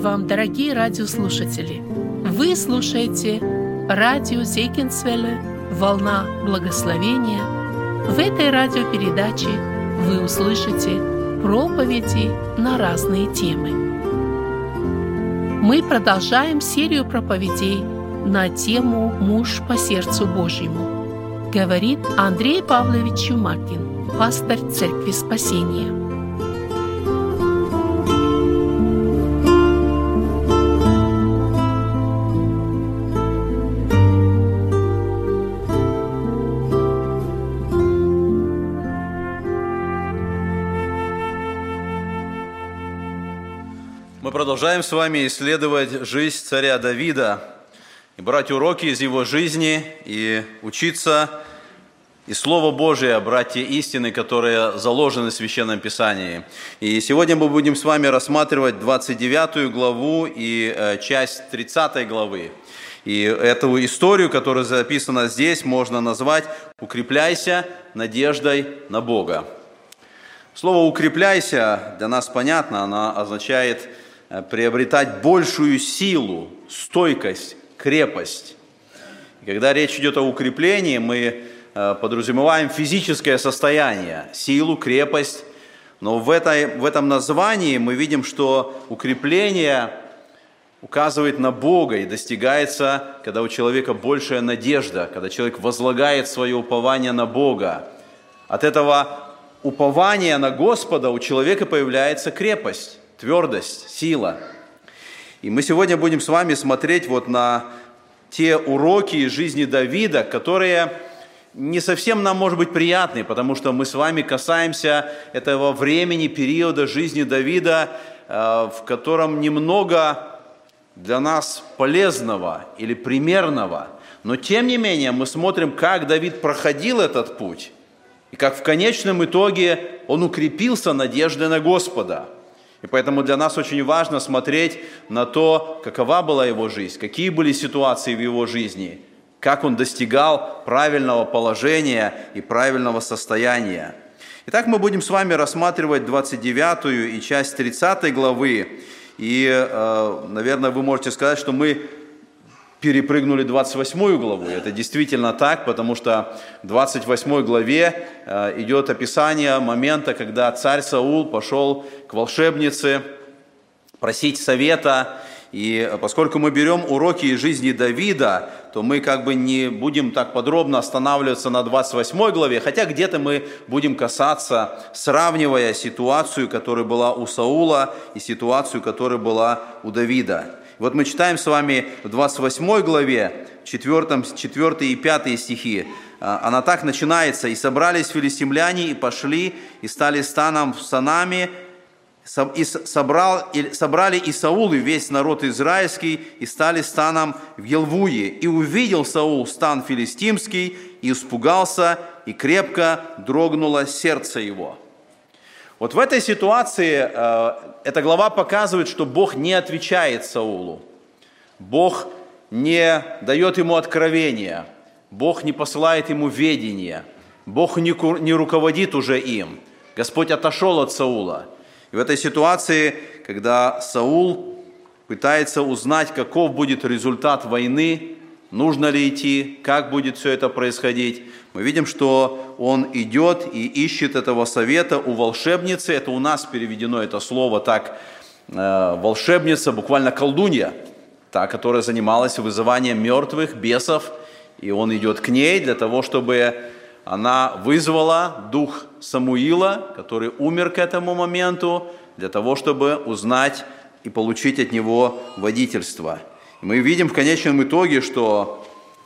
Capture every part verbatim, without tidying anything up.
вам, дорогие радиослушатели! Вы слушаете радио Зегенсвелле «Волна благословения». В этой радиопередаче вы услышите проповеди на разные темы. Мы продолжаем серию проповедей на тему «Муж по сердцу Божьему», говорит Андрей Павлович Чумакин, пастор Церкви Спасения. Мы продолжаем с вами исследовать жизнь царя Давида и брать уроки из его жизни и учиться из Слова Божия, брать те истины, которые заложены в Священном Писании. И сегодня мы будем с вами рассматривать двадцать девятую главу и э, часть тридцатой главы. И эту историю, которая записана здесь, можно назвать «Укрепляйся надеждой на Бога». Слово «укрепляйся» для нас понятно, оно означает приобретать большую силу, стойкость, крепость. И когда речь идет о укреплении, мы подразумеваем физическое состояние, силу, крепость. Но в, этой, в этом названии мы видим, что укрепление указывает на Бога и достигается, когда у человека большая надежда, когда человек возлагает свое упование на Бога. От этого упования на Господа у человека появляется крепость, твердость, сила. И мы сегодня будем с вами смотреть вот на те уроки из жизни Давида, которые не совсем нам, может быть, приятны, потому что мы с вами касаемся этого времени, периода жизни Давида, в котором немного для нас полезного или примерного. Но, тем не менее, мы смотрим, как Давид проходил этот путь, и как в конечном итоге он укрепился надеждой на Господа. И поэтому для нас очень важно смотреть на то, какова была его жизнь, какие были ситуации в его жизни, как он достигал правильного положения и правильного состояния. Итак, мы будем с вами рассматривать двадцать девятую и часть тридцатой главы. И, наверное, вы можете сказать, что мы перепрыгнули двадцать восьмую главу. Это действительно так, потому что в двадцать восьмой главе идет описание момента, когда царь Саул пошел к волшебнице просить совета. И поскольку мы берем уроки из жизни Давида, то мы как бы не будем так подробно останавливаться на двадцать восьмой главе, хотя где-то мы будем касаться, сравнивая ситуацию, которая была у Саула, и ситуацию, которая была у Давида. Вот мы читаем с вами в двадцать восьмой главе, четвёртый и пятый стихи. Она так начинается. «И собрались филистимляне, и пошли, и стали станом в Санаме, и собрал, и собрали и Саул, и весь народ израильский, и стали станом в Гилвуе. И увидел Саул стан филистимский, и испугался, и крепко дрогнуло сердце его». Вот в этой ситуации э, эта глава показывает, что Бог не отвечает Саулу. Бог не дает ему откровения. Бог не посылает ему ведения. Бог не, не руководит уже им. Господь отошел от Саула. И в этой ситуации, когда Саул пытается узнать, каков будет результат войны, нужно ли идти, как будет все это происходить, мы видим, что он идет и ищет этого совета у волшебницы. Это у нас переведено это слово так, э, волшебница, буквально колдунья, та, которая занималась вызыванием мертвых, бесов. И он идет к ней для того, чтобы она вызвала дух Самуила, который умер к этому моменту, для того, чтобы узнать и получить от него водительство. И мы видим в конечном итоге, что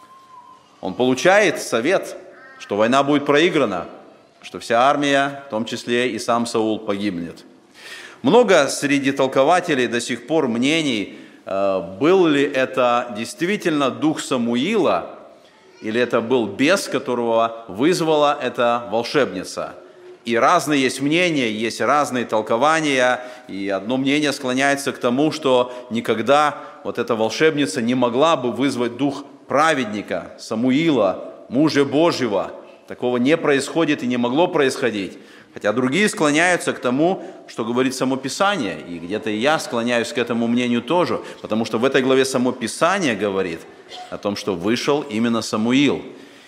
он получает совет, что война будет проиграна, что вся армия, в том числе и сам Саул, погибнет. Много среди толкователей до сих пор мнений, был ли это действительно дух Самуила, или это был бес, которого вызвала эта волшебница. И разные есть мнения, есть разные толкования, и одно мнение склоняется к тому, что никогда вот эта волшебница не могла бы вызвать дух праведника, Самуила, мужа Божьего. Такого не происходит и не могло происходить, Хотя другие склоняются к тому, что говорит само Писание, и где-то и я склоняюсь к этому мнению тоже, потому что в этой главе само Писание говорит о том, что вышел именно Самуил.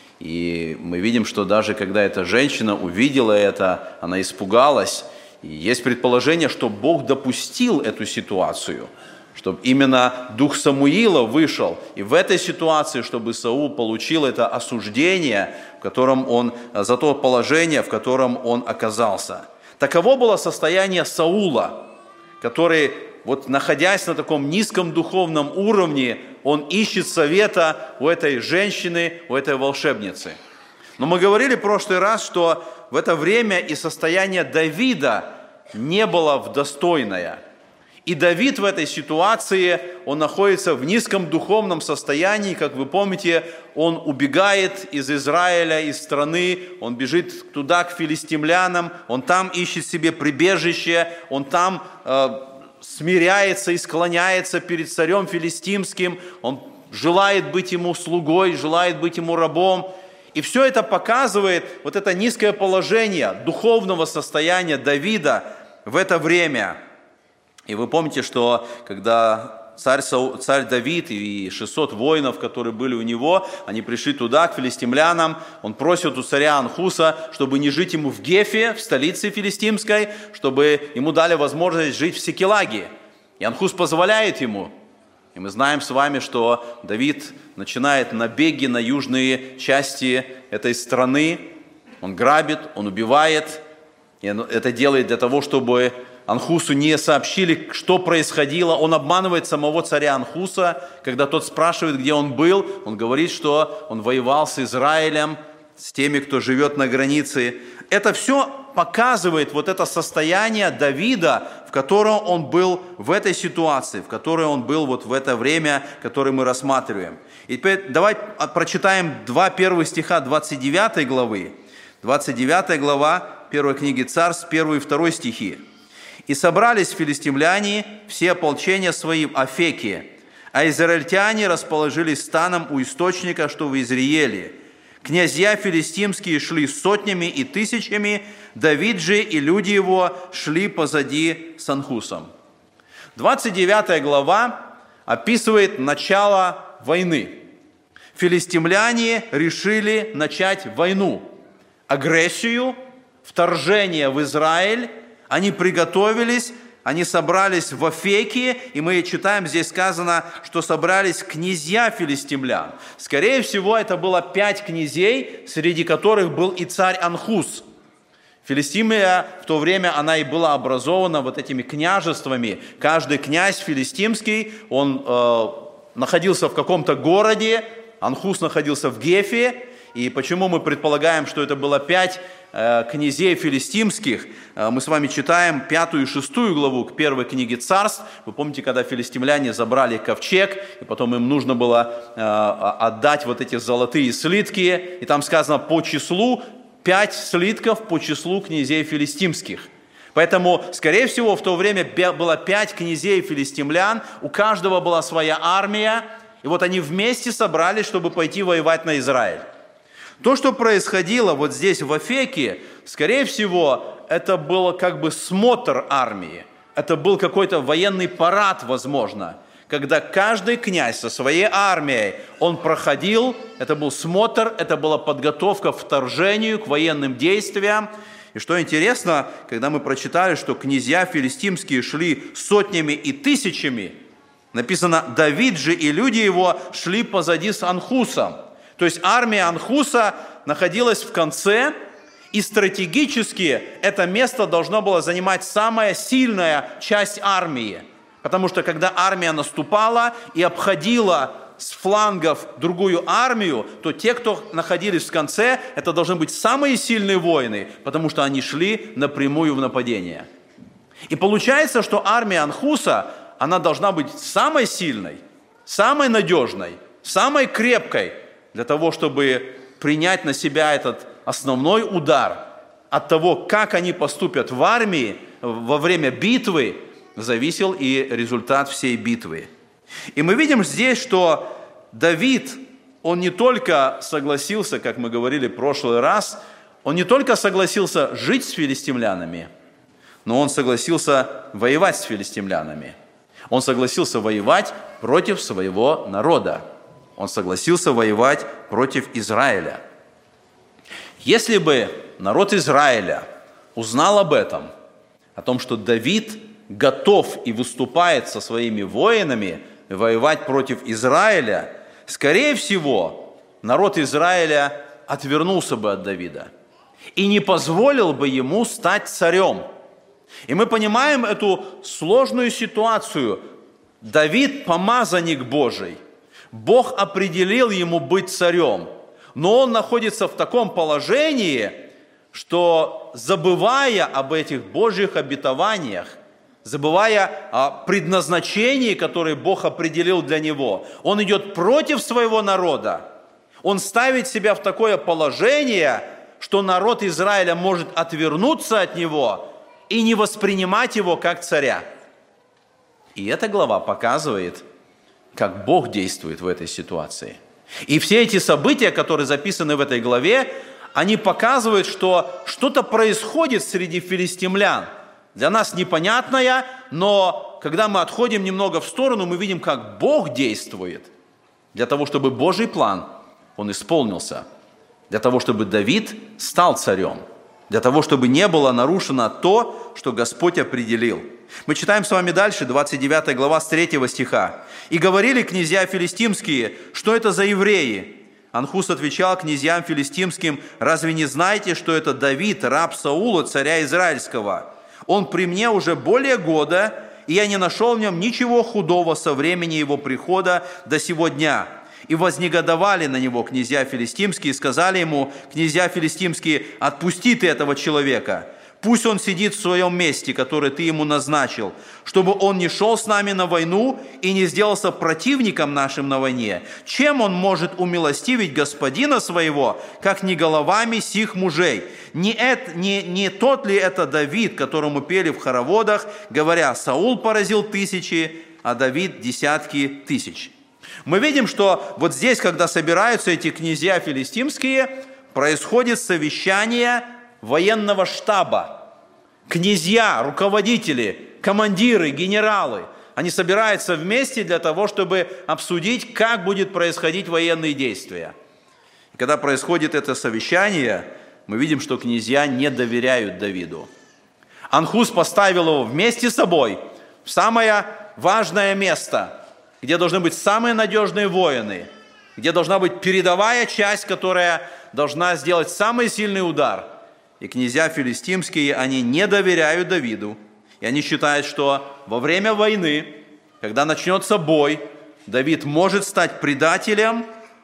И мы видим, что даже когда эта женщина увидела это, она испугалась. И есть предположение, что Бог допустил эту ситуацию, чтобы именно дух Самуила вышел, и в этой ситуации, чтобы Саул получил это осуждение, в котором он, за то положение, в котором он оказался. Таково было состояние Саула, который, вот находясь на таком низком духовном уровне, он ищет совета у этой женщины, у этой волшебницы. Но мы говорили в прошлый раз, что в это время и состояние Давида не было в достойное. И Давид в этой ситуации, он находится в низком духовном состоянии, как вы помните, он убегает из Израиля, из страны, он бежит туда, к филистимлянам, он там ищет себе прибежище, он там э, смиряется и склоняется перед царем филистимским, он желает быть ему слугой, желает быть ему рабом. И все это показывает вот это низкое положение духовного состояния Давида в это время. И вы помните, что когда царь, Сау, царь Давид и шестьсот воинов, которые были у него, они пришли туда, к филистимлянам, он просит у царя Анхуса, чтобы не жить ему в Гефе, в столице филистимской, чтобы ему дали возможность жить в Сикелаге. И Анхус позволяет ему. И мы знаем с вами, что Давид начинает набеги на южные части этой страны. Он грабит, он убивает. И это делает для того, чтобы Анхусу не сообщили, что происходило. Он обманывает самого царя Анхуса. Когда тот спрашивает, где он был, он говорит, что он воевал с Израилем, с теми, кто живет на границе. Это все показывает вот это состояние Давида, в котором он был в этой ситуации, в которой он был вот в это время, которое мы рассматриваем. И теперь давайте прочитаем два первых стиха двадцать девятой главы. двадцать девятая глава первой книги Царств, первый и второй стихи. «И собрались филистимляне, все ополчения свои в Афеке, а израильтяне расположились станом у источника, что в Изриеле. Князья филистимские шли сотнями и тысячами, Давид же и люди его шли позади с Анхусом». двадцать девятая глава описывает начало войны. Филистимляне решили начать войну, агрессию, вторжение в Израиль. Они приготовились, они собрались в Афеке, и мы читаем, здесь сказано, что собрались князья филистимлян. Скорее всего, это было пять князей, среди которых был и царь Анхус. Филистимия в то время, она и была образована вот этими княжествами. Каждый князь филистимский, он э, находился в каком-то городе, Анхус находился в Гефе. И почему мы предполагаем, что это было пять э, князей филистимских? Э, мы с вами читаем пятую и шестую главу к первой книге Царств. Вы помните, когда филистимляне забрали ковчег, и потом им нужно было э, отдать вот эти золотые слитки, и там сказано по числу, пять слитков по числу князей филистимских. Поэтому, скорее всего, в то время было пять князей филистимлян, у каждого была своя армия, и вот они вместе собрались, чтобы пойти воевать на Израиль. То, что происходило вот здесь в Афеке, скорее всего, это был как бы смотр армии. Это был какой-то военный парад, возможно, когда каждый князь со своей армией, он проходил, это был смотр, это была подготовка к вторжению, к военным действиям. И что интересно, когда мы прочитали, что князья филистимские шли сотнями и тысячами, написано, Давид же и люди его шли позади с Анхусом. То есть армия Анхуса находилась в конце, и стратегически это место должно было занимать самая сильная часть армии. Потому что когда армия наступала и обходила с флангов другую армию, то те, кто находились в конце, это должны быть самые сильные воины, потому что они шли напрямую в нападение. И получается, что армия Анхуса, она должна быть самой сильной, самой надежной, самой крепкой, для того, чтобы принять на себя этот основной удар. От того, как они поступят в армии во время битвы, зависел и результат всей битвы. И мы видим здесь, что Давид, он не только согласился, как мы говорили в прошлый раз, он не только согласился жить с филистимлянами, но он согласился воевать с филистимлянами. Он согласился воевать против своего народа. Он согласился воевать против Израиля. Если бы народ Израиля узнал об этом, о том, что Давид готов и выступает со своими воинами воевать против Израиля, скорее всего, народ Израиля отвернулся бы от Давида и не позволил бы ему стать царем. И мы понимаем эту сложную ситуацию. Давид – помазанник Божий. Бог определил ему быть царем, но он находится в таком положении, что, забывая об этих Божьих обетованиях, забывая о предназначении, которое Бог определил для него, он идет против своего народа. Он ставит себя в такое положение, что народ Израиля может отвернуться от него и не воспринимать его как царя. И эта глава показывает, как Бог действует в этой ситуации. И все эти события, которые записаны в этой главе, они показывают, что что-то происходит среди филистимлян. Для нас непонятное, но когда мы отходим немного в сторону, мы видим, как Бог действует для того, чтобы Божий план, он исполнился, для того, чтобы Давид стал царем, для того, чтобы не было нарушено то, что Господь определил. Мы читаем с вами дальше, двадцать девятая глава, с третьего стиха. «И говорили князья филистимские, что это за евреи? Анхус отвечал князьям филистимским: разве не знаете, что это Давид, раб Саула, царя Израильского? Он при мне уже более года, и я не нашел в нем ничего худого со времени его прихода до сего дня». И вознегодовали на него князья филистимские, и сказали ему князья филистимские: «Отпусти ты этого человека, пусть он сидит в своем месте, которое ты ему назначил, чтобы он не шел с нами на войну и не сделался противником нашим на войне. Чем он может умилостивить господина своего, как не головами сих мужей? Не, это, не, не тот ли это Давид, которому пели в хороводах, говоря: Саул поразил тысячи, а Давид десятки тысяч?» Мы видим, что вот здесь, когда собираются эти князья филистимские, происходит совещание военного штаба. Князья, руководители, командиры, генералы, они собираются вместе для того, чтобы обсудить, как будет происходить военные действия. И когда происходит это совещание, мы видим, что князья не доверяют Давиду. Анхус поставил его вместе с собой в самое важное место, где должны быть самые надежные воины, где должна быть передовая часть, которая должна сделать самый сильный удар. И князья филистимские, они не доверяют Давиду. И они считают, что во время войны, когда начнется бой, Давид может стать предателем,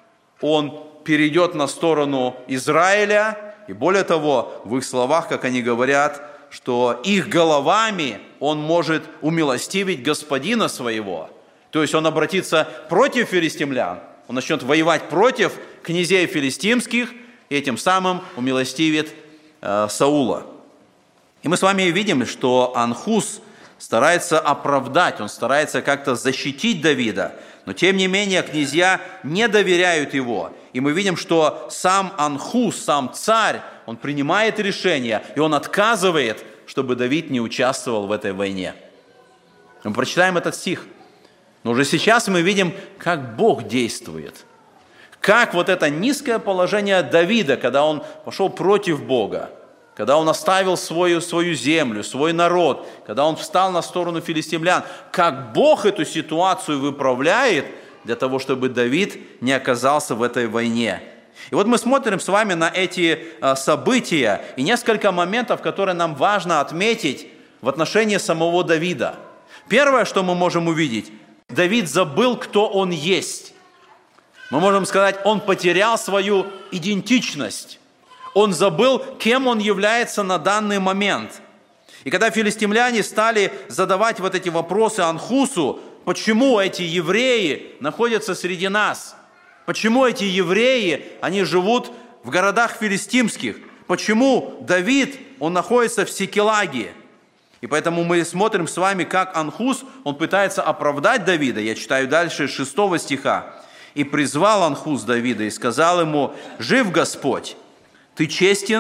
он перейдет на сторону Израиля. И более того, в их словах, как они говорят, что их головами он может умилостивить господина своего. То есть он обратится против филистимлян, он начнет воевать против князей филистимских и этим самым умилостивит э, Саула. И мы с вами видим, что Анхус старается оправдать, он старается как-то защитить Давида, но тем не менее князья не доверяют его. И мы видим, что сам Анхус, сам царь, он принимает решение, и он отказывает, чтобы Давид не участвовал в этой войне. Мы прочитаем этот стих. Но уже сейчас мы видим, как Бог действует. Как вот это низкое положение Давида, когда он пошел против Бога, когда он оставил свою, свою землю, свой народ, когда он встал на сторону филистимлян, как Бог эту ситуацию выправляет для того, чтобы Давид не оказался в этой войне. И вот мы смотрим с вами на эти события и несколько моментов, которые нам важно отметить в отношении самого Давида. Первое, что мы можем увидеть, Давид забыл, кто он есть. Мы можем сказать, он потерял свою идентичность. Он забыл, кем он является на данный момент. И когда филистимляне стали задавать вот эти вопросы Анхусу, почему эти евреи находятся среди нас? Почему эти евреи, они живут в городах филистимских? Почему Давид, он находится в Сикелаге? И поэтому мы смотрим с вами, как Анхус, он пытается оправдать Давида. Я читаю дальше шестого стиха. «И призвал Анхус Давида и сказал ему: жив Господь, ты честен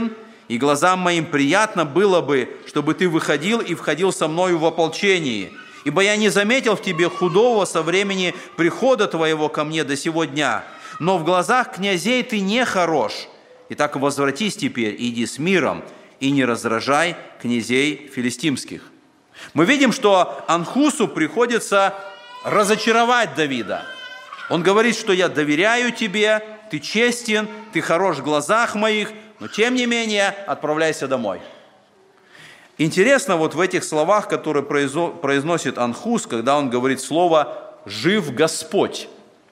и глазам моим приятно было бы, чтобы ты выходил и входил со мною в ополчении. Ибо я не заметил в тебе худого со времени прихода твоего ко мне до сего дня, но в глазах князей ты не хорош. Итак, возвратись теперь, иди с миром, и не раздражай князей филистимских». Мы видим, что Анхусу приходится разочаровать Давида. Он говорит, что я доверяю тебе, ты честен, ты хорош в глазах моих, но тем не менее отправляйся домой. Интересно вот в этих словах, которые произносит Анхус, когда он говорит слово «жив Господь».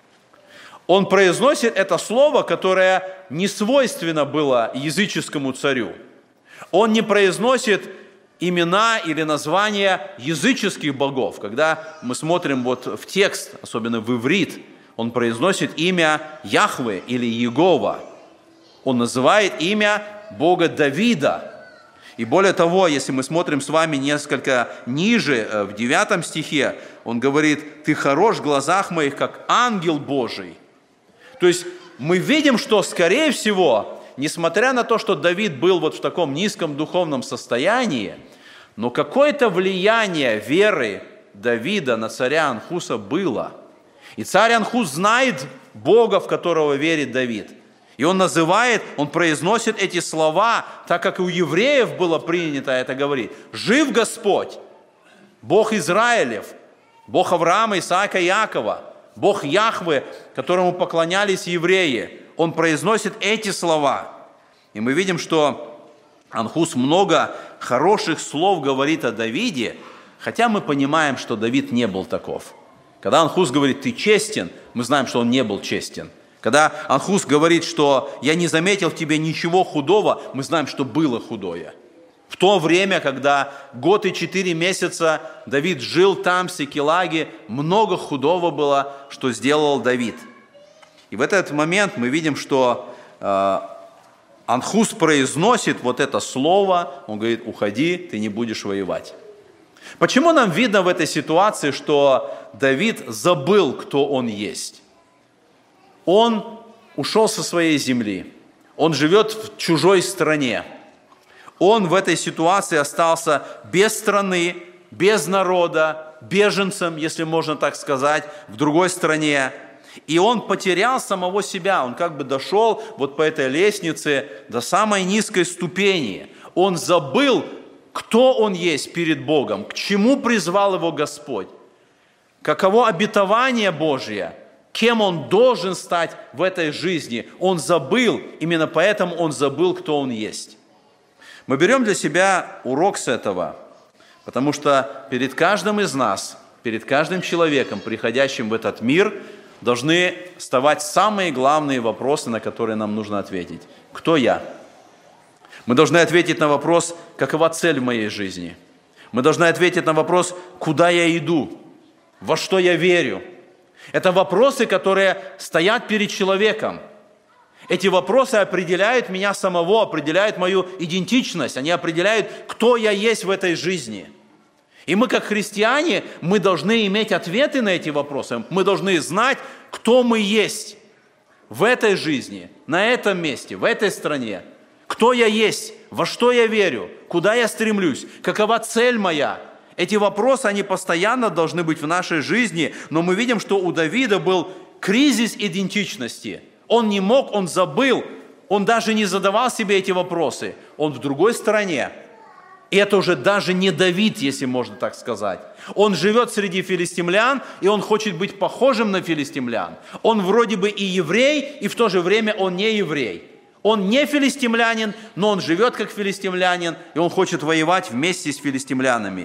Он произносит это слово, которое не свойственно было языческому царю. Он не произносит имена или названия языческих богов. Когда мы смотрим вот в текст, особенно в иврит, он произносит имя Яхве или Иегова. Он называет имя Бога Давида. И более того, если мы смотрим с вами несколько ниже, в девятом стихе, он говорит: «Ты хорош в глазах моих, как ангел Божий». То есть мы видим, что, скорее всего, несмотря на то, что Давид был вот в таком низком духовном состоянии, но какое-то влияние веры Давида на царя Анхуса было. И царь Анхус знает Бога, в которого верит Давид. И он называет, он произносит эти слова, так как и у евреев было принято это говорить. «Жив Господь, Бог Израилев, Бог Авраама, Исаака и Иакова, Бог Яхве, которому поклонялись евреи». Он произносит эти слова. И мы видим, что Анхус много хороших слов говорит о Давиде, хотя мы понимаем, что Давид не был таков. Когда Анхус говорит «ты честен», мы знаем, что он не был честен. Когда Анхус говорит, что «я не заметил в тебе ничего худого», мы знаем, что было худое. В то время, когда год и четыре месяца Давид жил там, в Сикелаге, много худого было, что сделал Давид. И в этот момент мы видим, что э, Анхус произносит вот это слово, он говорит: «Уходи, ты не будешь воевать». Почему нам видно в этой ситуации, что Давид забыл, кто он есть? Он ушел со своей земли, он живет в чужой стране. Он в этой ситуации остался без страны, без народа, беженцем, если можно так сказать, в другой стране. И он потерял самого себя, он как бы дошел вот по этой лестнице до самой низкой ступени. Он забыл, кто он есть перед Богом, к чему призвал его Господь, каково обетование Божье, кем он должен стать в этой жизни. Он забыл, именно поэтому он забыл, кто он есть. Мы берем для себя урок с этого, потому что перед каждым из нас, перед каждым человеком, приходящим в этот мир, должны вставать самые главные вопросы, на которые нам нужно ответить. Кто я? Мы должны ответить на вопрос, какова цель в моей жизни. Мы должны ответить на вопрос, куда я иду, во что я верю. Это вопросы, которые стоят перед человеком. Эти вопросы определяют меня самого, определяют мою идентичность, они определяют, кто я есть в этой жизни. И мы, как христиане, мы должны иметь ответы на эти вопросы. Мы должны знать, кто мы есть в этой жизни, на этом месте, в этой стране. Кто я есть, во что я верю, куда я стремлюсь, какова цель моя. Эти вопросы, они постоянно должны быть в нашей жизни, но мы видим, что у Давида был кризис идентичности. Он не мог, он забыл, он даже не задавал себе эти вопросы. Он в другой стране. И это уже даже не Давид, если можно так сказать. Он живет среди филистимлян, и он хочет быть похожим на филистимлян. Он вроде бы и еврей, и в то же время он не еврей. Он не филистимлянин, но он живет как филистимлянин, и он хочет воевать вместе с филистимлянами.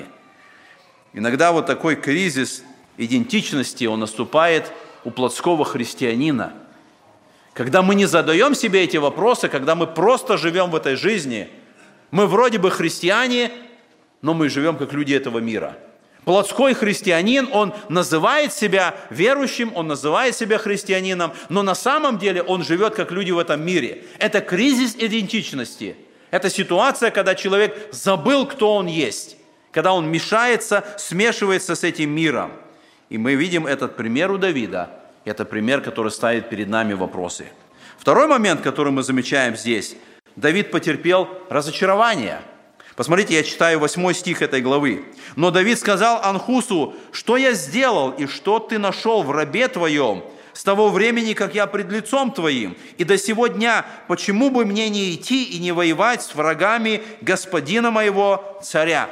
Иногда вот такой кризис идентичности, он наступает у плотского христианина. Когда мы не задаем себе эти вопросы, когда мы просто живем в этой жизни, мы вроде бы христиане, но мы живем как люди этого мира. Плотской христианин, он называет себя верующим, он называет себя христианином, но на самом деле он живет как люди в этом мире. Это кризис идентичности. Это ситуация, когда человек забыл, кто он есть, когда он мешается, смешивается с этим миром. И мы видим этот пример у Давида. Это пример, который ставит перед нами вопросы. Второй момент, который мы замечаем здесь, Давид потерпел разочарование. Посмотрите, я читаю восьмой стих этой главы. «Но Давид сказал Анхусу: что я сделал и что ты нашел в рабе твоем с того времени, как я пред лицом твоим, и до сего дня, почему бы мне не идти и не воевать с врагами господина моего царя?»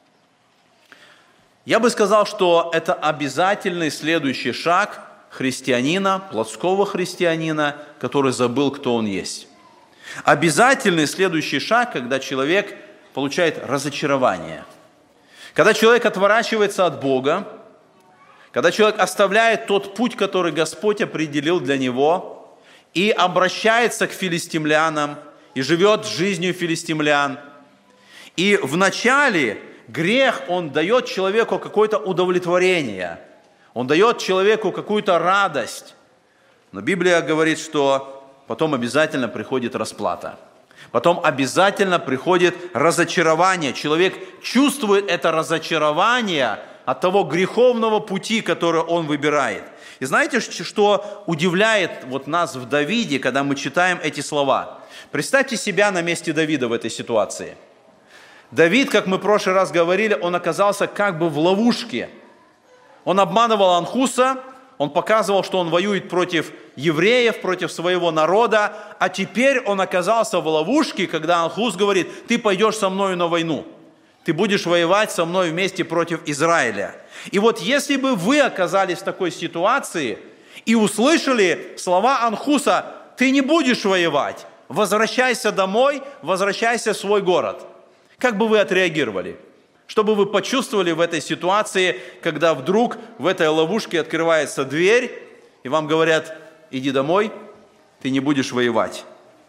Я бы сказал, что это обязательный следующий шаг христианина, плотского христианина, который забыл, кто он есть. Обязательный следующий шаг, когда человек получает разочарование. Когда человек отворачивается от Бога, когда человек оставляет тот путь, который Господь определил для него, и обращается к филистимлянам, и живет жизнью филистимлян. И вначале грех, он дает человеку какое-то удовлетворение, он дает человеку какую-то радость. Но Библия говорит, что потом обязательно приходит расплата. Потом обязательно приходит разочарование. Человек чувствует это разочарование от того греховного пути, который он выбирает. И знаете, что удивляет вот нас в Давиде, когда мы читаем эти слова? Представьте себя на месте Давида в этой ситуации. Давид, как мы в прошлый раз говорили, он оказался как бы в ловушке. Он обманывал Анхуса, он показывал, что он воюет против евреев, против своего народа, а теперь он оказался в ловушке, когда Анхус говорит: ты пойдешь со мною на войну, ты будешь воевать со мной вместе против Израиля. И вот если бы вы оказались в такой ситуации и услышали слова Анхуса: ты не будешь воевать, возвращайся домой, возвращайся в свой город, как бы вы отреагировали? Что бы вы почувствовали в этой ситуации, когда вдруг в этой ловушке открывается дверь, и вам говорят: иди домой, ты не будешь воевать?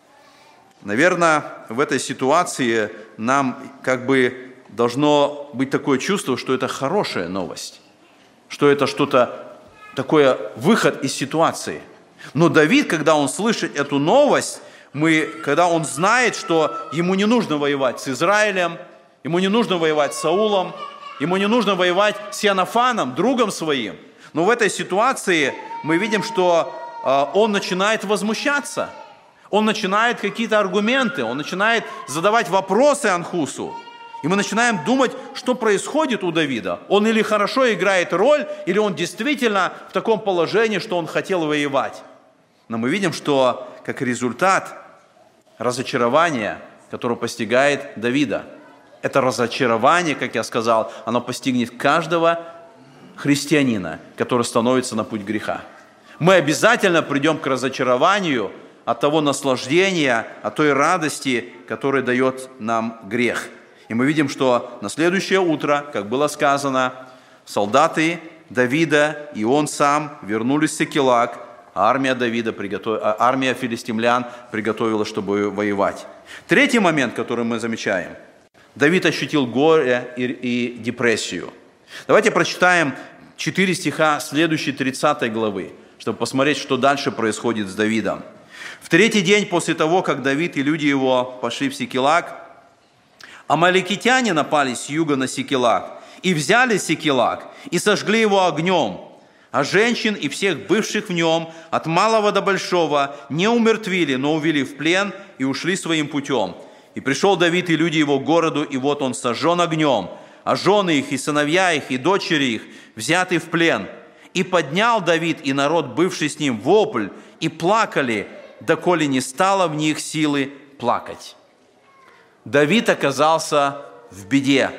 Наверное, в этой ситуации нам как бы должно быть такое чувство, что это хорошая новость, что это что-то такое, выход из ситуации. Но Давид, когда он слышит эту новость, мы, когда он знает, что ему не нужно воевать с Израилем, ему не нужно воевать с Саулом, ему не нужно воевать с Иоаннафаном, другом своим. Но в этой ситуации мы видим, что э, он начинает возмущаться. Он начинает какие-то аргументы, он начинает задавать вопросы Анхусу. И мы начинаем думать, что происходит у Давида. Он или хорошо играет роль, или он действительно в таком положении, что он хотел воевать. Но мы видим, что как результат разочарования, которое постигает Давида, это разочарование, как я сказал, оно постигнет каждого христианина, который становится на путь греха. Мы обязательно придем к разочарованию от того наслаждения, от той радости, которую дает нам грех. И мы видим, что на следующее утро, как было сказано, солдаты Давида и он сам вернулись в Сикелаг, а армия Давида, приготов... а армия филистимлян приготовилась, чтобы воевать. Третий момент, который мы замечаем. Давид ощутил горе и, и депрессию. Давайте прочитаем четыре стиха следующей тридцатой главы, чтобы посмотреть, что дальше происходит с Давидом. В третий день после того, как Давид и люди его пошли в Сикелаг, амаликитяне напали с юга на Сикелаг и взяли Сикелаг и сожгли его огнем, а женщин и всех бывших в нем, от малого до большого, не умертвили, но увели в плен и ушли своим путем. И пришел Давид и люди его к городу, и вот он сожжен огнем, а жены их, и сыновья их, и дочери их взяты в плен. И поднял Давид и народ, бывший с ним, вопль, и плакали, доколе не стало в них силы плакать. Давид оказался в беде.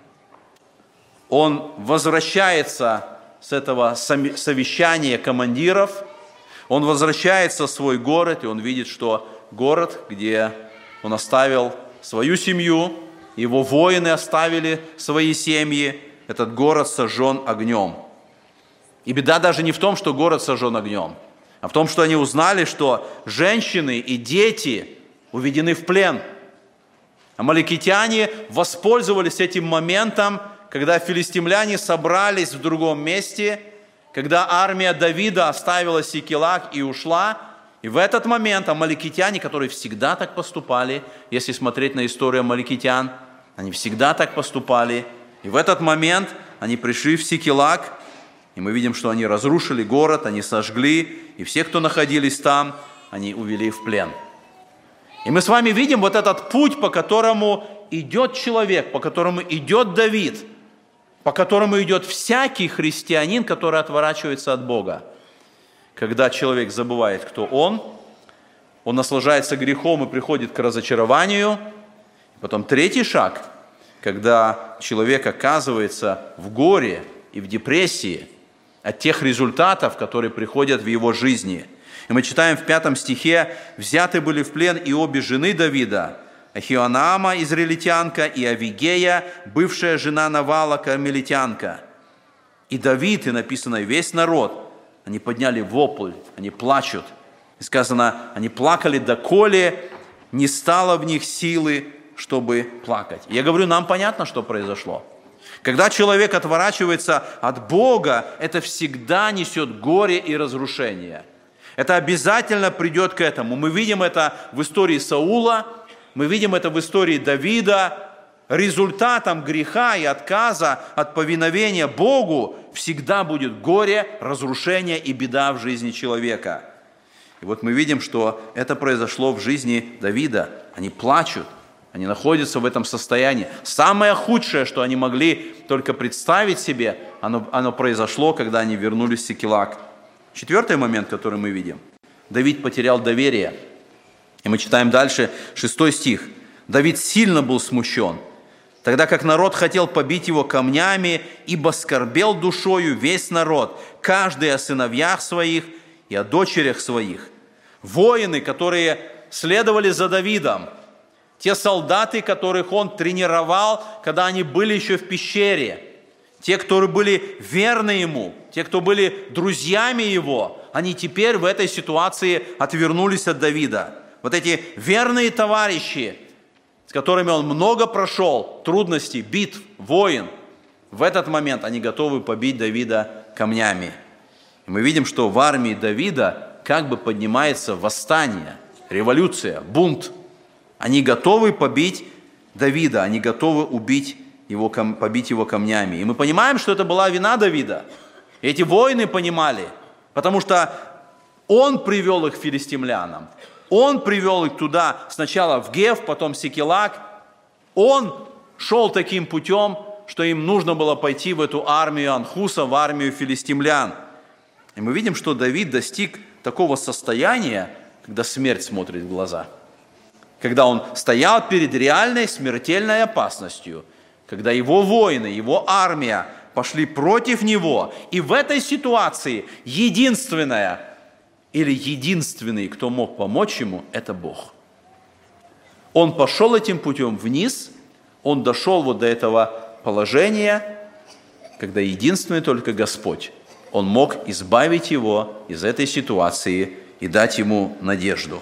Он возвращается с этого совещания командиров, он возвращается в свой город, и он видит, что город, где он оставил свою семью, его воины оставили свои семьи, этот город сожжен огнем. И беда даже не в том, что город сожжен огнем, а в том, что они узнали, что женщины и дети уведены в плен. Амаликитяне воспользовались этим моментом, когда филистимляне собрались в другом месте, когда армия Давида оставила Сикелаг и ушла. И в этот момент амаликитяне, которые всегда так поступали, если смотреть на историю амаликитян, они всегда так поступали. И в этот момент они пришли в Сикелаг, и мы видим, что они разрушили город, они сожгли, и всех, кто находились там, они увели в плен. И мы с вами видим вот этот путь, по которому идет человек, по которому идет Давид, по которому идет всякий христианин, который отворачивается от Бога. Когда человек забывает, кто он, он наслаждается грехом и приходит к разочарованию. Потом третий шаг, когда человек оказывается в горе и в депрессии от тех результатов, которые приходят в его жизни. И мы читаем в пятом стихе: «Взяты были в плен и обе жены Давида, Ахионаама, израильтянка, и Авигея, бывшая жена Навала, кармелитянка. И Давид, и написано, весь народ, они подняли вопль, они плачут. И сказано, они плакали, доколе не стало в них силы, чтобы плакать». Я говорю, нам понятно, что произошло. Когда человек отворачивается от Бога, это всегда несет горе и разрушение. Это обязательно придет к этому. Мы видим это в истории Саула, мы видим это в истории Давида. Результатом греха и отказа от повиновения Богу всегда будет горе, разрушение и беда в жизни человека. И вот мы видим, что это произошло в жизни Давида. Они плачут, они находятся в этом состоянии. Самое худшее, что они могли только представить себе, оно, оно произошло, когда они вернулись в Сикелаг. Четвертый момент, который мы видим. Давид потерял доверие. И мы читаем дальше, шестой стих. «Давид сильно был смущен, тогда как народ хотел побить его камнями, ибо скорбел душою весь народ, каждый о сыновьях своих и о дочерях своих». Воины, которые следовали за Давидом, те солдаты, которых он тренировал, когда они были еще в пещере, те, которые были верны ему, те, кто были друзьями его, они теперь в этой ситуации отвернулись от Давида. Вот эти верные товарищи, с которыми он много прошел, трудностей, битв, войн, в этот момент они готовы побить Давида камнями. И мы видим, что в армии Давида как бы поднимается восстание, революция, бунт. Они готовы побить Давида, они готовы убить его, побить его камнями. И мы понимаем, что это была вина Давида. И эти воины понимали, потому что он привел их к филистимлянам. Он привел их туда сначала в Гев, потом в Сикелаг. Он шел таким путем, что им нужно было пойти в эту армию Анхуса, в армию филистимлян. И мы видим, что Давид достиг такого состояния, когда смерть смотрит в глаза. Когда он стоял перед реальной смертельной опасностью. Когда его воины, его армия пошли против него. И в этой ситуации единственное или единственный, кто мог помочь ему, это Бог. Он пошел этим путем вниз, он дошел вот до этого положения, когда единственный только Господь, он мог избавить его из этой ситуации и дать ему надежду.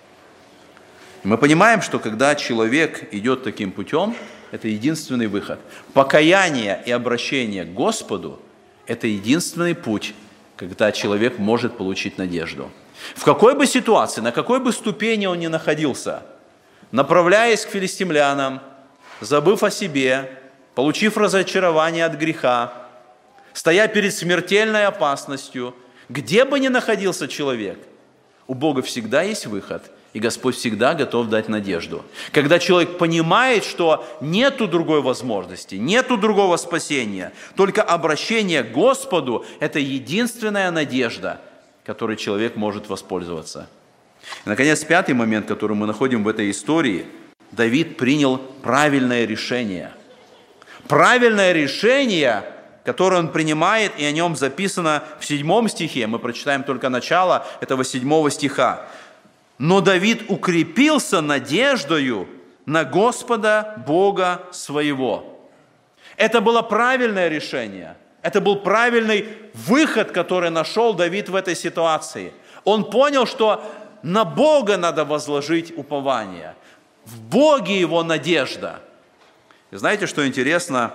И мы понимаем, что когда человек идет таким путем, это единственный выход. Покаяние и обращение к Господу – это единственный путь, когда человек может получить надежду. В какой бы ситуации, на какой бы ступени он ни находился, направляясь к филистимлянам, забыв о себе, получив разочарование от греха, стоя перед смертельной опасностью, где бы ни находился человек, у Бога всегда есть выход, и Господь всегда готов дать надежду. Когда человек понимает, что нету другой возможности, нету другого спасения, только обращение к Господу – это единственная надежда, которой человек может воспользоваться. И, наконец, пятый момент, который мы находим в этой истории – Давид принял правильное решение. Правильное решение, которое он принимает, и о нем записано в седьмом стихе. Мы прочитаем только начало этого седьмого стиха. «Но Давид укрепился надеждою на Господа Бога своего». Это было правильное решение. Это был правильный выход, который нашел Давид в этой ситуации. Он понял, что на Бога надо возложить упование. В Боге его надежда. И знаете, что интересно?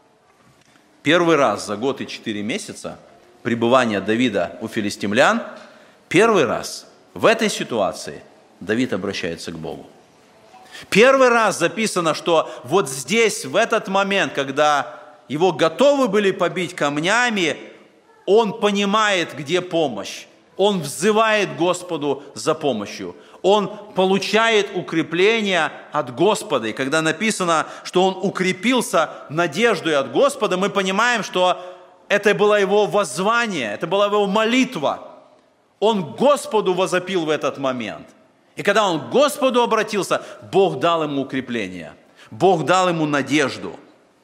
Первый раз за год и четыре месяца пребывания Давида у филистимлян, первый раз в этой ситуации Давид обращается к Богу. Первый раз записано, что вот здесь, в этот момент, когда его готовы были побить камнями, он понимает, где помощь. Он взывает Господу за помощью. Он получает укрепление от Господа. И когда написано, что он укрепился надеждой от Господа, мы понимаем, что это было его воззвание, это была его молитва. Он Господу возопил в этот момент. И когда он к Господу обратился, Бог дал ему укрепление. Бог дал ему надежду.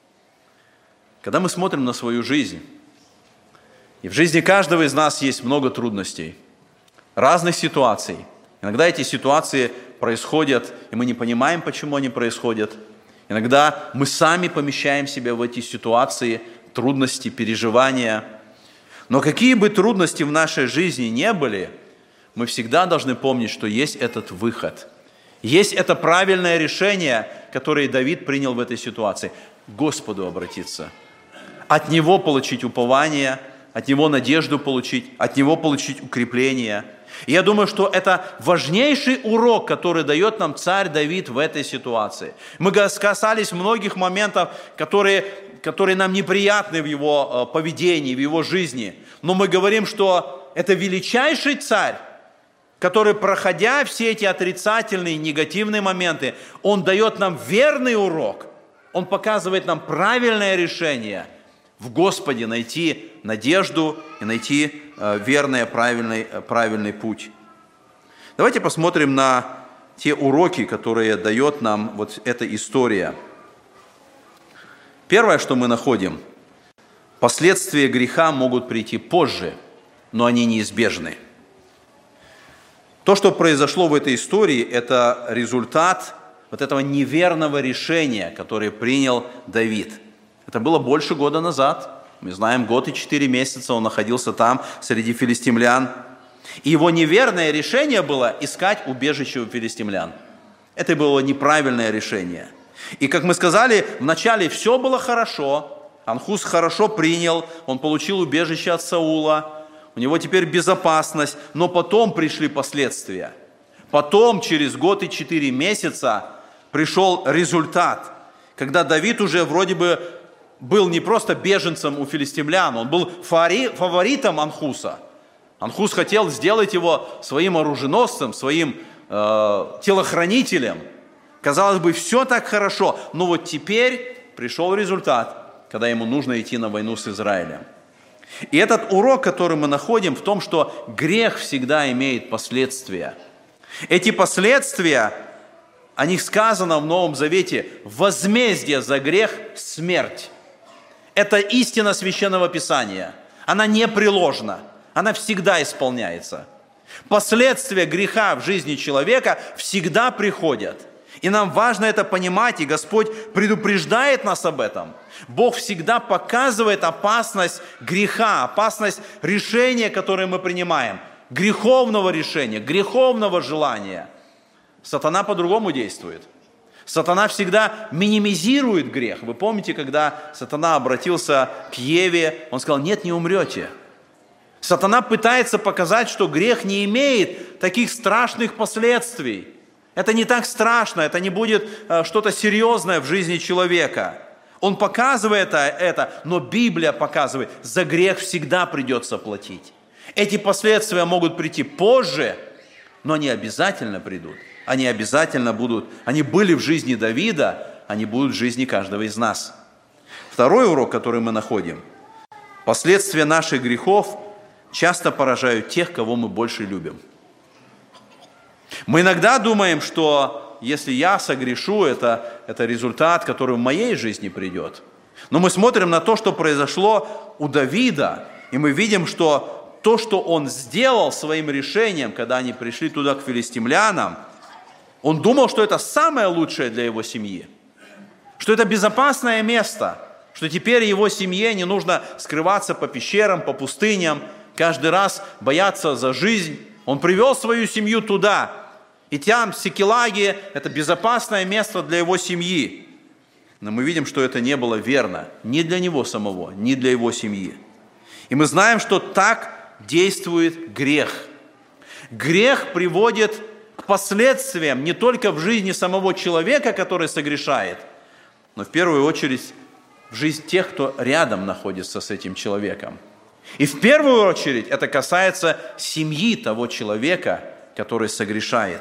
Когда мы смотрим на свою жизнь, и в жизни каждого из нас есть много трудностей, разных ситуаций. Иногда эти ситуации происходят, и мы не понимаем, почему они происходят. Иногда мы сами помещаем себя в эти ситуации, трудности, переживания. Но какие бы трудности в нашей жизни не были, мы всегда должны помнить, что есть этот выход. Есть это правильное решение, которое Давид принял в этой ситуации. К Господу обратиться. От Него получить упование, от Него надежду получить, от Него получить укрепление. И я думаю, что это важнейший урок, который дает нам царь Давид в этой ситуации. Мы касались многих моментов, которые, которые нам неприятны в его поведении, в его жизни. Но мы говорим, что это величайший царь, который, проходя все эти отрицательные, негативные моменты, он дает нам верный урок. Он показывает нам правильное решение в Господе найти надежду и найти верный, правильный, правильный путь. Давайте посмотрим на те уроки, которые дает нам вот эта история. Первое, что мы находим, последствия греха могут прийти позже, но они неизбежны. То, что произошло в этой истории, это результат вот этого неверного решения, которое принял Давид. Это было больше года назад. Мы знаем, год и четыре месяца он находился там, среди филистимлян. И его неверное решение было искать убежище у филистимлян. Это было неправильное решение. И, как мы сказали, вначале все было хорошо. Анхус хорошо принял, он получил убежище от Саула. У него теперь безопасность, но потом пришли последствия. Потом, через год и четыре месяца, пришел результат, когда Давид уже вроде бы был не просто беженцем у филистимлян, он был фаворитом Анхуса. Анхус хотел сделать его своим оруженосцем, своим э, телохранителем. Казалось бы, все так хорошо, но вот теперь пришел результат, когда ему нужно идти на войну с Израилем. И этот урок, который мы находим, в том, что грех всегда имеет последствия. Эти последствия, о них сказано в Новом Завете: возмездие за грех – смерть. Это истина Священного Писания. Она непреложна, она всегда исполняется. Последствия греха в жизни человека всегда приходят. И нам важно это понимать, и Господь предупреждает нас об этом. Бог всегда показывает опасность греха, опасность решения, которое мы принимаем, греховного решения, греховного желания. Сатана по-другому действует. Сатана всегда минимизирует грех. Вы помните, когда сатана обратился к Еве, он сказал: нет, не умрете. Сатана пытается показать, что грех не имеет таких страшных последствий. Это не так страшно, это не будет что-то серьезное в жизни человека. Он показывает это, но Библия показывает, за грех всегда придется платить. Эти последствия могут прийти позже, но они обязательно придут. Они обязательно будут. Они были в жизни Давида, они будут в жизни каждого из нас. Второй урок, который мы находим. Последствия наших грехов часто поражают тех, кого мы больше любим. Мы иногда думаем, что если я согрешу, это, это результат, который в моей жизни придет. Но мы смотрим на то, что произошло у Давида, и мы видим, что то, что он сделал своим решением, когда они пришли туда к филистимлянам, он думал, что это самое лучшее для его семьи, что это безопасное место, что теперь его семье не нужно скрываться по пещерам, по пустыням, каждый раз бояться за жизнь. Он привел свою семью туда. И там, Сикелаги, это безопасное место для его семьи. Но мы видим, что это не было верно ни для него самого, ни для его семьи. И мы знаем, что так действует грех. Грех приводит к последствиям не только в жизни самого человека, который согрешает, но в первую очередь в жизнь тех, кто рядом находится с этим человеком. И в первую очередь это касается семьи того человека, который согрешает.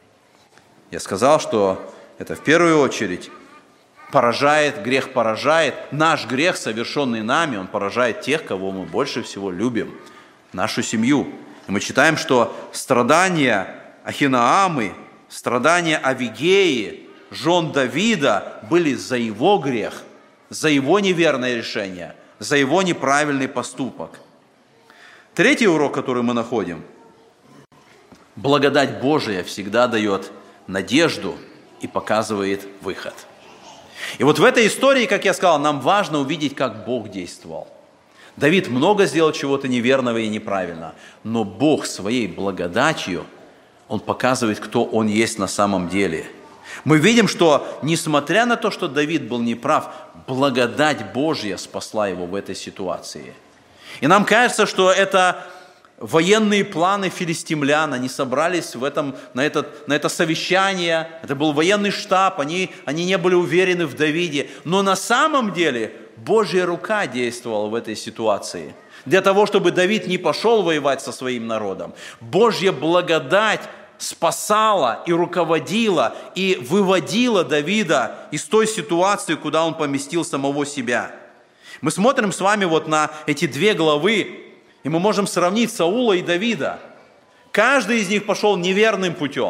Я сказал, что это в первую очередь поражает, грех поражает, наш грех, совершенный нами, он поражает тех, кого мы больше всего любим, нашу семью. И мы читаем, что страдания Ахиноамы, страдания Авигеи, жен Давида были за его грех, за его неверное решение, за его неправильный поступок. Третий урок, который мы находим: благодать Божия всегда дает надежду и показывает выход. И вот в этой истории, как я сказал, нам важно увидеть, как Бог действовал. Давид много сделал чего-то неверного и неправильного, но Бог своей благодатью, Он показывает, кто Он есть на самом деле. Мы видим, что, несмотря на то, что Давид был неправ, благодать Божья спасла его в этой ситуации. И нам кажется, что это военные планы филистимлян, они собрались в этом, на, этот, на это совещание, это был военный штаб, они, они не были уверены в Давиде, но на самом деле Божья рука действовала в этой ситуации. Для того, чтобы Давид не пошел воевать со своим народом, Божья благодать спасала и руководила, и выводила Давида из той ситуации, куда он поместил самого себя. Мы смотрим с вами вот на эти две главы, и мы можем сравнить Саула и Давида. Каждый из них пошел неверным путем.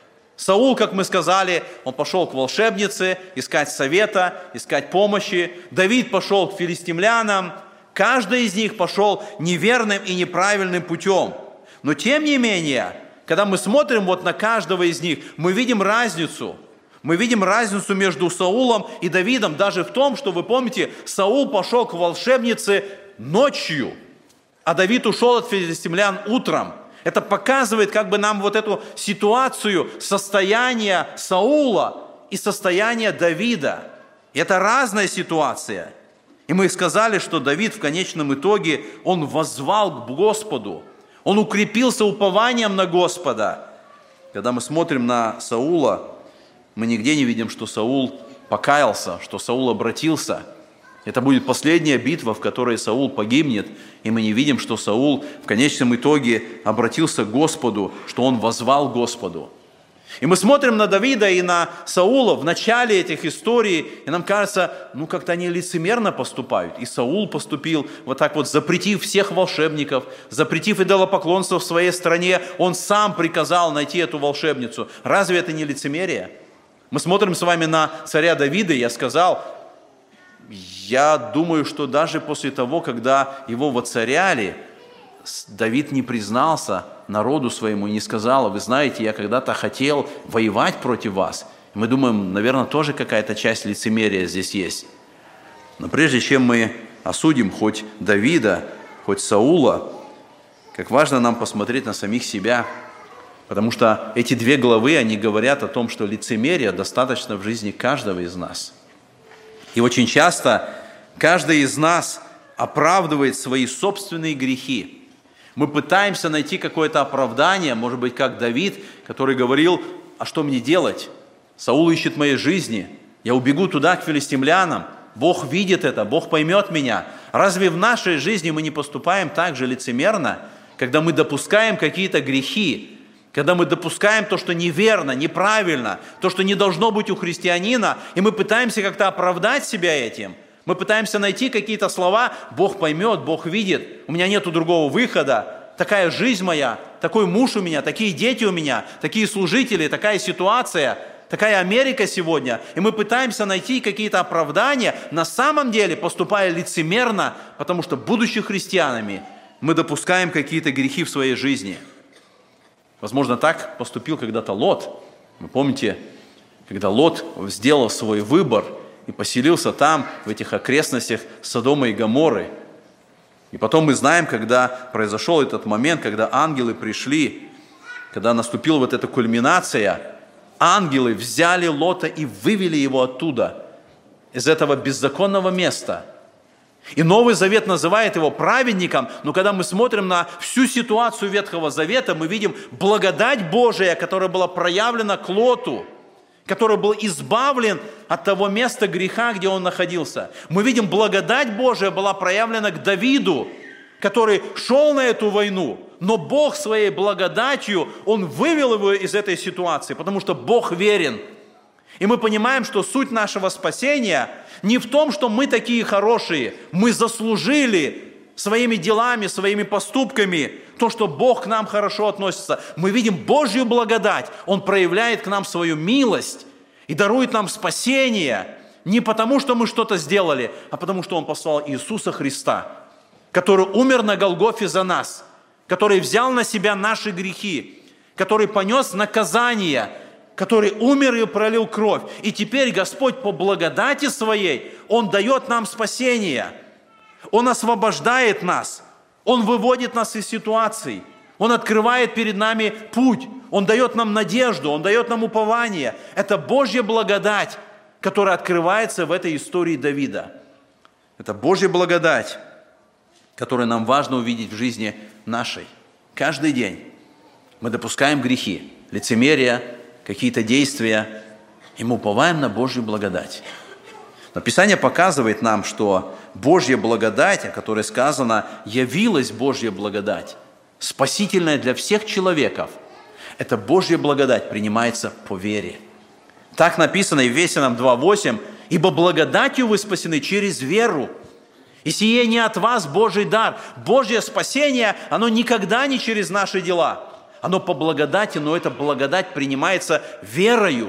Саул, как мы сказали, он пошел к волшебнице искать совета, искать помощи. Давид пошел к филистимлянам. Каждый из них пошел неверным и неправильным путем. Но тем не менее, когда мы смотрим вот на каждого из них, мы видим разницу. Мы видим разницу между Саулом и Давидом даже в том, что, вы помните, Саул пошел к волшебнице ночью, а Давид ушел от филистимлян утром. Это показывает как бы нам вот эту ситуацию состояния Саула и состояния Давида. И это разная ситуация. И мы сказали, что Давид в конечном итоге, он воззвал к Господу. Он укрепился упованием на Господа. Когда мы смотрим на Саула, мы нигде не видим, что Саул покаялся, что Саул обратился. Это будет последняя битва, в которой Саул погибнет, и мы не видим, что Саул в конечном итоге обратился к Господу, что он воззвал к Господу. И мы смотрим на Давида и на Саула в начале этих историй, и нам кажется, ну как-то они лицемерно поступают. И Саул поступил вот так вот, запретив всех волшебников, запретив идолопоклонство в своей стране, он сам приказал найти эту волшебницу. Разве это не лицемерие? Мы смотрим с вами на царя Давида, и я сказал, я думаю, что даже после того, когда его воцаряли, Давид не признался народу своему и не сказал: вы знаете, я когда-то хотел воевать против вас. Мы думаем, наверное, тоже какая-то часть лицемерия здесь есть. Но прежде чем мы осудим хоть Давида, хоть Саула, как важно нам посмотреть на самих себя, потому что эти две главы, они говорят о том, что лицемерия достаточно в жизни каждого из нас. И очень часто каждый из нас оправдывает свои собственные грехи. Мы пытаемся найти какое-то оправдание, может быть, как Давид, который говорил: а что мне делать? Саул ищет моей жизни, я убегу туда, к филистимлянам. Бог видит это, Бог поймет меня. Разве в нашей жизни мы не поступаем так же лицемерно, когда мы допускаем какие-то грехи, когда мы допускаем то, что неверно, неправильно, то, что не должно быть у христианина, и мы пытаемся как-то оправдать себя этим? Мы пытаемся найти какие-то слова: Бог поймет, Бог видит, у меня нету другого выхода, такая жизнь моя, такой муж у меня, такие дети у меня, такие служители, такая ситуация, такая Америка сегодня. И мы пытаемся найти какие-то оправдания, на самом деле поступая лицемерно, потому что, будучи христианами, мы допускаем какие-то грехи в своей жизни. Возможно, так поступил когда-то Лот. Вы помните, когда Лот сделал свой выбор и поселился там, в этих окрестностях Содома и Гоморры. И потом мы знаем, когда произошел этот момент, когда ангелы пришли, когда наступила вот эта кульминация, ангелы взяли Лота и вывели его оттуда, из этого беззаконного места. И Новый Завет называет его праведником, но когда мы смотрим на всю ситуацию Ветхого Завета, мы видим благодать Божия, которая была проявлена к Лоту, который был избавлен от того места греха, где он находился. Мы видим, благодать Божия была проявлена к Давиду, который шел на эту войну, но Бог своей благодатью, Он вывел его из этой ситуации, потому что Бог верен. И мы понимаем, что суть нашего спасения не в том, что мы такие хорошие, мы заслужили своими делами, своими поступками то, что Бог к нам хорошо относится. Мы видим Божью благодать, Он проявляет к нам свою милость и дарует нам спасение не потому, что мы что-то сделали, а потому, что Он послал Иисуса Христа, который умер на Голгофе за нас, который взял на себя наши грехи, который понес наказание, который умер и пролил кровь. И теперь Господь по благодати Своей, Он дает нам спасение. Он освобождает нас. Он выводит нас из ситуаций. Он открывает перед нами путь. Он дает нам надежду, Он дает нам упование. Это Божья благодать, которая открывается в этой истории Давида. Это Божья благодать, которую нам важно увидеть в жизни нашей. Каждый день мы допускаем грехи, лицемерие, какие-то действия, и мы уповаем на Божью благодать. Но Писание показывает нам, что Божья благодать, о которой сказано, явилась Божья благодать, спасительная для всех человеков. Эта Божья благодать принимается по вере. Так написано в Ефесянам два восемь: «Ибо благодатью вы спасены через веру, и сие не от вас Божий дар». Божье спасение, оно никогда не через наши дела. Оно по благодати, но эта благодать принимается верою.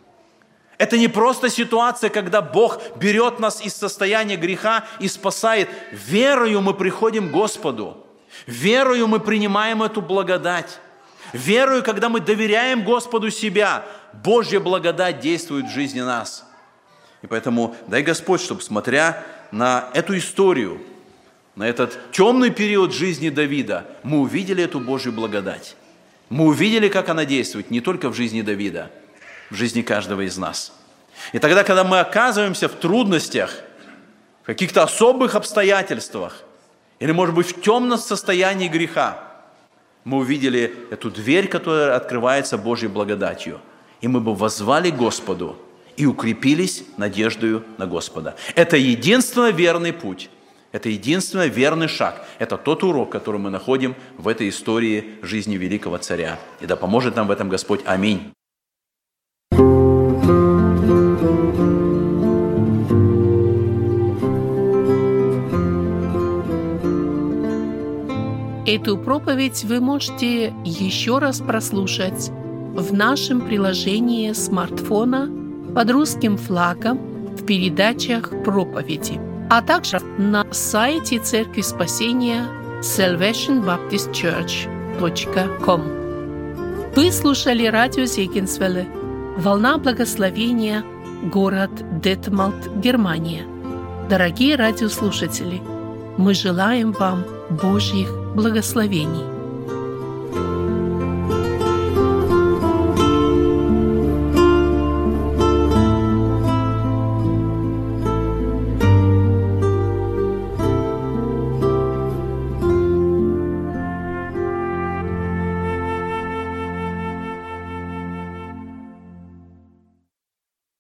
Это не просто ситуация, когда Бог берет нас из состояния греха и спасает. Верою мы приходим к Господу. Верою мы принимаем эту благодать. Верою, когда мы доверяем Господу себя, Божья благодать действует в жизни нас. И поэтому дай Господь, чтобы, смотря на эту историю, на этот темный период жизни Давида, мы увидели эту Божью благодать. Мы увидели, как она действует не только в жизни Давида, в жизни каждого из нас. И тогда, когда мы оказываемся в трудностях, в каких-то особых обстоятельствах, или, может быть, в темном состоянии греха, мы увидели эту дверь, которая открывается Божьей благодатью. И мы бы воззвали к Господу и укрепились надеждою на Господа. Это единственно верный путь. Это единственный верный шаг. Это тот урок, который мы находим в этой истории жизни великого царя. И да поможет нам в этом Господь. Аминь. Эту проповедь вы можете еще раз прослушать в нашем приложении смартфона под русским флагом в передачах проповеди, а также на сайте Церкви Спасения salvation baptist church точка ком. Вы слушали радио Зегенсвелле «Волна благословения», город Детмалт, Германия. Дорогие радиослушатели, мы желаем вам Божьих благословений.